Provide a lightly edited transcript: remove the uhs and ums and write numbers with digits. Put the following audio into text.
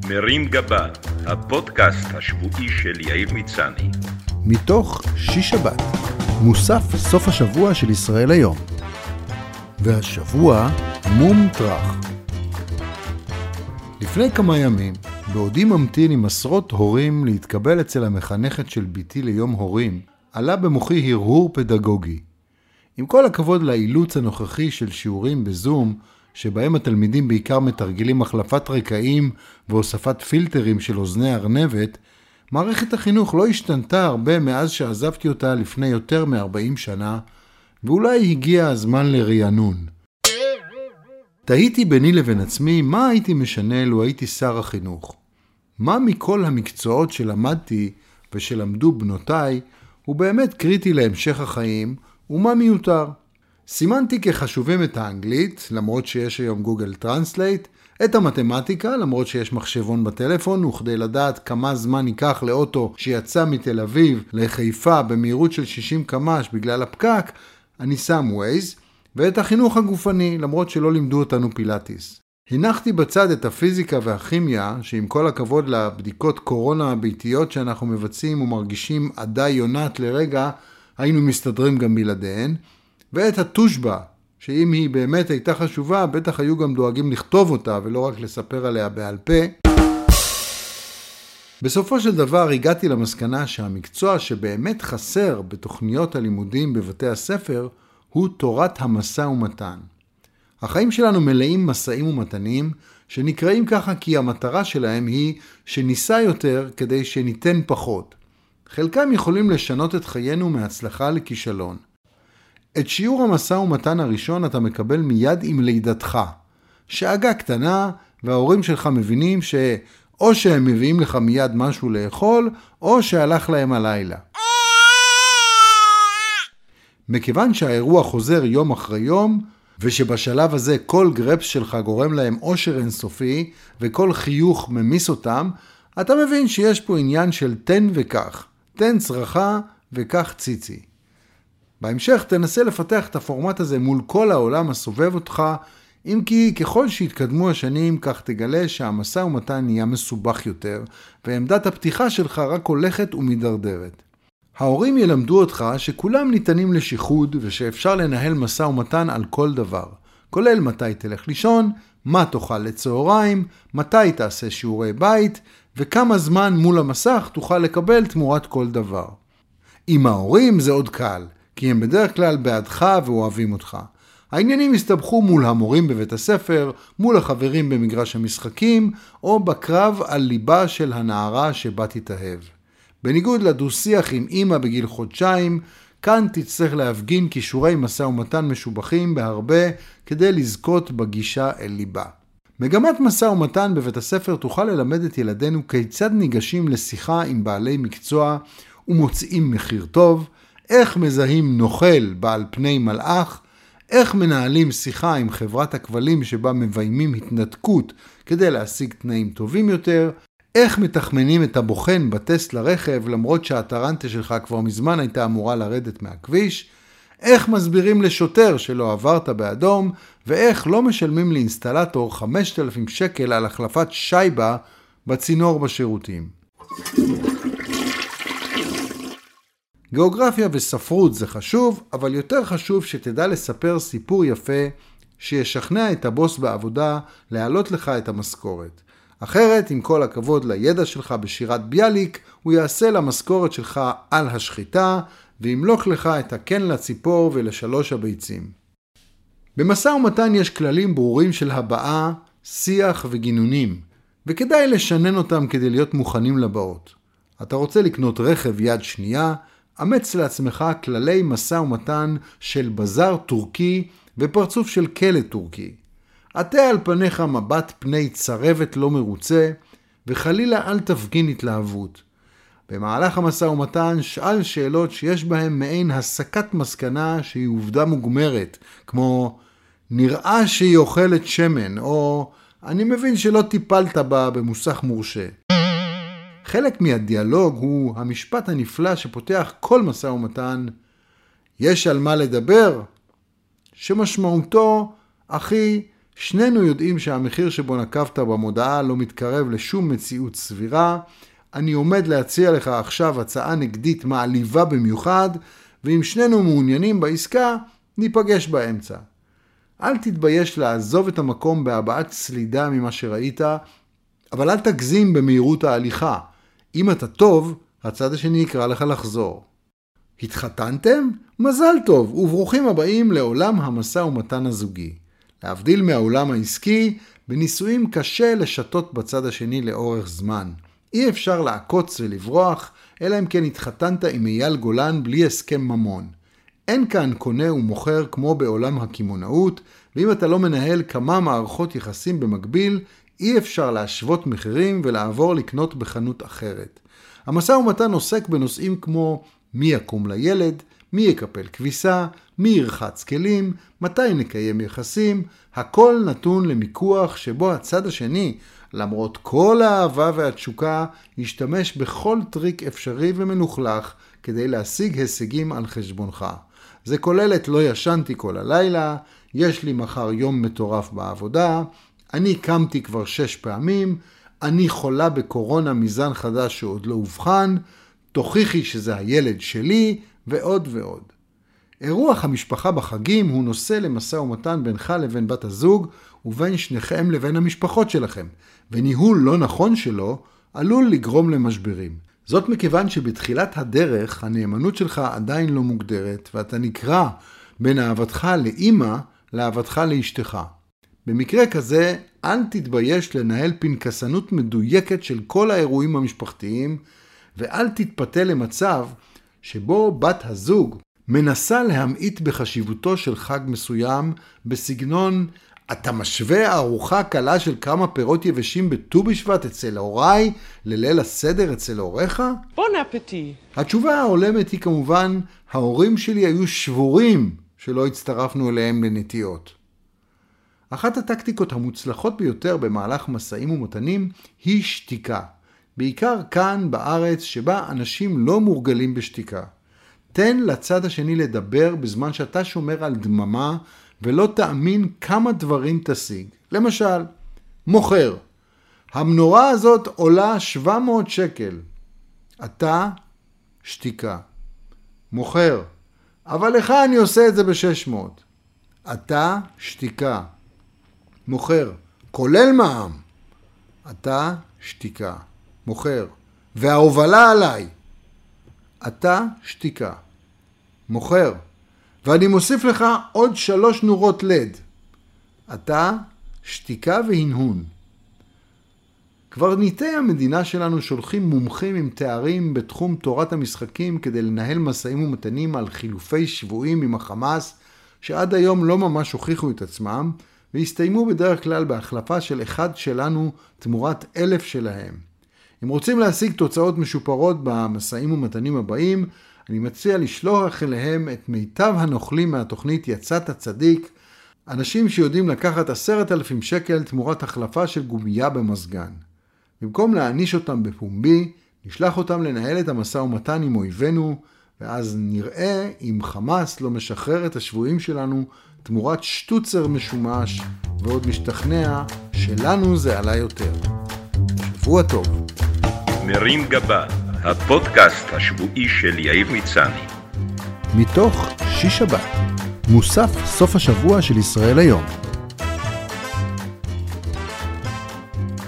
מרים גבה, הפודקאסט השבועי של יאיר מצני. מתוך שיש שבת, מוסף סוף השבוע של ישראל היום. והשבוע מום טרח. לפני כמה ימים, בעודי ממתין עם עשרות הורים להתקבל אצל המחנכת של ביתי ליום הורים, עלה במוחי הרהור פדגוגי. עם כל הכבוד לאילוץ הנוכחי של שיעורים בזום, שבהם התלמידים בעיקר מתרגלים החלפת רקעים והוספת פילטרים של אוזני ארנבת, מערכת החינוך לא השתנתה הרבה מאז שעזבתי אותה לפני יותר מ-40 שנה, ואולי הגיע הזמן לרענון. תהיתי ביני לבין עצמי מה הייתי משנה לו הייתי שר החינוך. מה מכל המקצועות שלמדתי ושלמדו בנותיי הוא באמת קריטי להמשך החיים, ומה מיותר. סימנתי כחשובים את האנגלית, למרות שיש היום גוגל טרנסלייט, את המתמטיקה, למרות שיש מחשבון בטלפון, וכדי לדעת כמה זמן ייקח לאוטו שיצא מתל אביב לחיפה במהירות של 60 קמ"ש בגלל הפקק, אני שם ווייז, ואת החינוך הגופני, למרות שלא לימדו אותנו פילאטיס. הנחתי בצד את הפיזיקה והכימיה, שעם כל הכבוד לבדיקות קורונה הביתיות שאנחנו מבצעים ומרגישים עדי יונת לרגע, היינו מסתדרים גם בלעדיהן, ואת התושבה, שאם היא באמת הייתה חשובה, בטח היו גם דואגים לכתוב אותה ולא רק לספר עליה בעל פה. בסופו של דבר הגעתי למסקנה שהמקצוע שבאמת חסר בתוכניות הלימודים בבתי הספר הוא תורת המשא ומתן. החיים שלנו מלאים משאים ומתנים שנקראים ככה כי המטרה שלהם היא שניסה יותר כדי שניתן פחות. חלקם יכולים לשנות את חיינו מהצלחה לכישלון. את שיעור המשא ומתן הראשון אתה מקבל מיד עם לידתך. שאגה קטנה וההורים שלך מבינים שאו שהם מביאים לך מיד משהו לאכול או שהלך להם הלילה. מכיוון שהאירוע חוזר יום אחרי יום ושבשלב הזה כל גרפס שלך גורם להם אושר אינסופי וכל חיוך ממיס אותם, אתה מבין שיש פה עניין של תן וכך. תן צרחה וכך ציצי. בהמשך תנסה לפתח את הפורמט הזה מול כל העולם הסובב אותך, אם כי ככל שהתקדמו השנים כך תגלה שהמשא ומתן נהיה מסובך יותר, ועמדת הפתיחה שלך רק הולכת ומדרדרת. ההורים ילמדו אותך שכולם ניתנים לשיחוד ושאפשר לנהל משא ומתן על כל דבר, כולל מתי תלך לישון, מה תאכל לצהריים, מתי תעשה שיעורי בית, וכמה זמן מול המסך תוכל לקבל תמורת כל דבר. עם ההורים זה עוד קל, כי הם בדרך כלל בעדך ואוהבים אותך. העניינים הסתבכו מול המורים בבית הספר, מול החברים במגרש המשחקים, או בקרב על ליבה של הנערה שבה תתאהב. בניגוד לדו-שיח עם אמא בגיל חודשיים, כאן תצטרך להפגין כישורי משא ומתן משובחים בהרבה כדי לזכות בגישה אל ליבה. מגמת משא ומתן בבית הספר תוכל ללמד את ילדינו כיצד ניגשים לשיחה עם בעלי מקצוע ומוצאים מחיר טוב, איך מזהים נוכל בעל פני מלאך, איך מנהלים שיחה עם חברת הכבלים שבה מביימים התנתקות כדי להשיג תנאים טובים יותר, איך מתחמנים את הבוחן בטסט לרכב למרות שהטרנטה שלך כבר מזמן הייתה אמורה לרדת מהכביש, איך מסבירים לשוטר שלא עברת באדום, ואיך לא משלמים לאינסטלטור 5,000 שקל על החלפת שייבה בצינור בשירותים. גיאוגרפיה וספרות זה חשוב, אבל יותר חשוב שתדע לספר סיפור יפה שישכנע את הבוס בעבודה להעלות לך את המשכורת. אחרת, עם כל הכבוד לידע שלך בשירת ביאליק, הוא יעשה למשכורת שלך על השחיטה, וימלוך לך את הכן לציפור ולשלוש הביצים. במשא ומתן יש כללים ברורים של הבעה, שיח וגינונים, וכדאי לשנן אותם כדי להיות מוכנים לבאות. אתה רוצה לקנות רכב יד שנייה, אמץ לעצמך כללי משא ומתן של בזאר טורקי ופרצוף של כלא טורקי. עטה על פניך מבט פני צרבת לא מרוצה, וחלילה אל תפגין התלהבות. במהלך המשא ומתן שאל שאלות שיש בהם מעין הסקת מסקנה שהיא עובדה מוגמרת, כמו נראה שהיא אוכלת שמן, או אני מבין שלא טיפלת בה במוסך מורשה. חלק מהדיאלוג הוא המשפט הנפלא שפותח כל משא ומתן, יש על מה לדבר, שמשמעותו, אחי, שנינו יודעים שהמחיר שבו נקבת במודעה לא מתקרב לשום מציאות סבירה. אני עומד להציע לך עכשיו הצעה נגדית מעליבה במיוחד, ואם שנינו מעוניינים בעסקה, ניפגש באמצע. אל תתבייש לעזוב את המקום בהבעת סלידה ממה שראית, אבל אל תגזים במהירות ההליכה. אם אתה טוב, הצד השני יקרא לך לחזור. התחתנתם? מזל טוב, וברוכים הבאים לעולם המשא ומתן הזוגי. להבדיל מהעולם העסקי, בנישואים קשה לשתות בצד השני לאורך זמן. אי אפשר לעקוץ ולברוח, אלא אם כן התחתנת עם אייל גולן בלי הסכם ממון. אין כאן קונה ומוכר כמו בעולם הכימונאות, ואם אתה לא מנהל כמה מערכות יחסים במקביל, אי אפשר להשוות מחירים ולעבור לקנות בחנות אחרת. המשא ומתן עוסק בנושאים כמו מי יקום לילד, מי יקפל כביסה, מי ירחץ כלים, מתי נקיים יחסים, הכל נתון למיקוח שבו הצד השני, למרות כל האהבה והתשוקה, ישתמש בכל טריק אפשרי ומנוחלך כדי להשיג הישגים על חשבונך. זה כולל את לא ישנתי כל הלילה, יש לי מחר יום מטורף בעבודה, אני קמתי כבר 6 פעמים, אני חולה בקורונה מזן חדש שעוד לא הובחן, תוכיחי שזה הילד שלי, ועוד ועוד. אירוח המשפחה בחגים הוא נושא למשא ומתן בינך לבין בת הזוג, ובין שניכם לבין המשפחות שלכם, וניהול לא נכון שלו עלול לגרום למשברים. זאת מכיוון שבתחילת הדרך הנאמנות שלך עדיין לא מוגדרת, ואתה נקרא בין אהבתך לאמא לאהבתך לאשתך. במקרה כזה, אל תתבייש לנהל פנקסנות מדויקת של כל האירועים המשפחתיים, ואל תתפתה למצב שבו בת הזוג מנסה להמעיט בחשיבותו של חג מסוים בסגנון, אתה משווה ארוחה קלה של כמה פירות יבשים בט"ו בשבט אצל הוריי לליל הסדר אצל הוריך? בון אפטי. התשובה ההולמת היא כמובן, ההורים שלי היו שבורים שלא הצטרפנו אליהם לנטיות. אחת הטקטיקות המוצלחות ביותר במהלך משאים ומתנים היא שתיקה. בעיקר כאן בארץ שבה אנשים לא מורגלים בשתיקה. תן לצד השני לדבר בזמן שאתה שומר על דממה ולא תאמין כמה דברים תשיג. למשל, מוכר. המנורה הזאת עולה 700 שקל. אתה שתיקה. מוכר. אבל לך אני עושה את זה ב-600. אתה שתיקה. מוכר. כולל מע"מ. אתה שתיקה. מוכר. וההובלה עליי. אתה שתיקה. מוכר. ואני מוסיף לך עוד 3 נורות לד. אתה שתיקה והנהון. קברניטי המדינה שלנו שולחים מומחים עם תארים בתחום תורת המשחקים כדי לנהל משאים ומתנים על חילופי שבויים עם החמאס, שעד היום לא ממש הוכיחו את עצמם, והסתיימו בדרך כלל בהחלפה של אחד שלנו תמורת 1,000 שלהם. אם רוצים להשיג תוצאות משופרות במשאים ומתנים הבאים, אני מציע לשלוח אליהם את מיטב הנוכלים מהתוכנית יצאת צדיק, אנשים שיודעים לקחת 10,000 שקל תמורת החלפה של גומייה במזגן. במקום להעניש אותם בפומבי, נשלח אותם לנהל את המשא ומתן עם אויבינו, ואז נראה אם חמאס לא משחרר את השבויים שלנו תמורת שטוצר משומש, ועוד משתכנע שלנו זה עלה יותר. שבוע טוב. מרים גבה, הפודקאסט השבועי של יאיר מצני. מתוך שיש שבת, מוסף סוף השבוע של ישראל היום.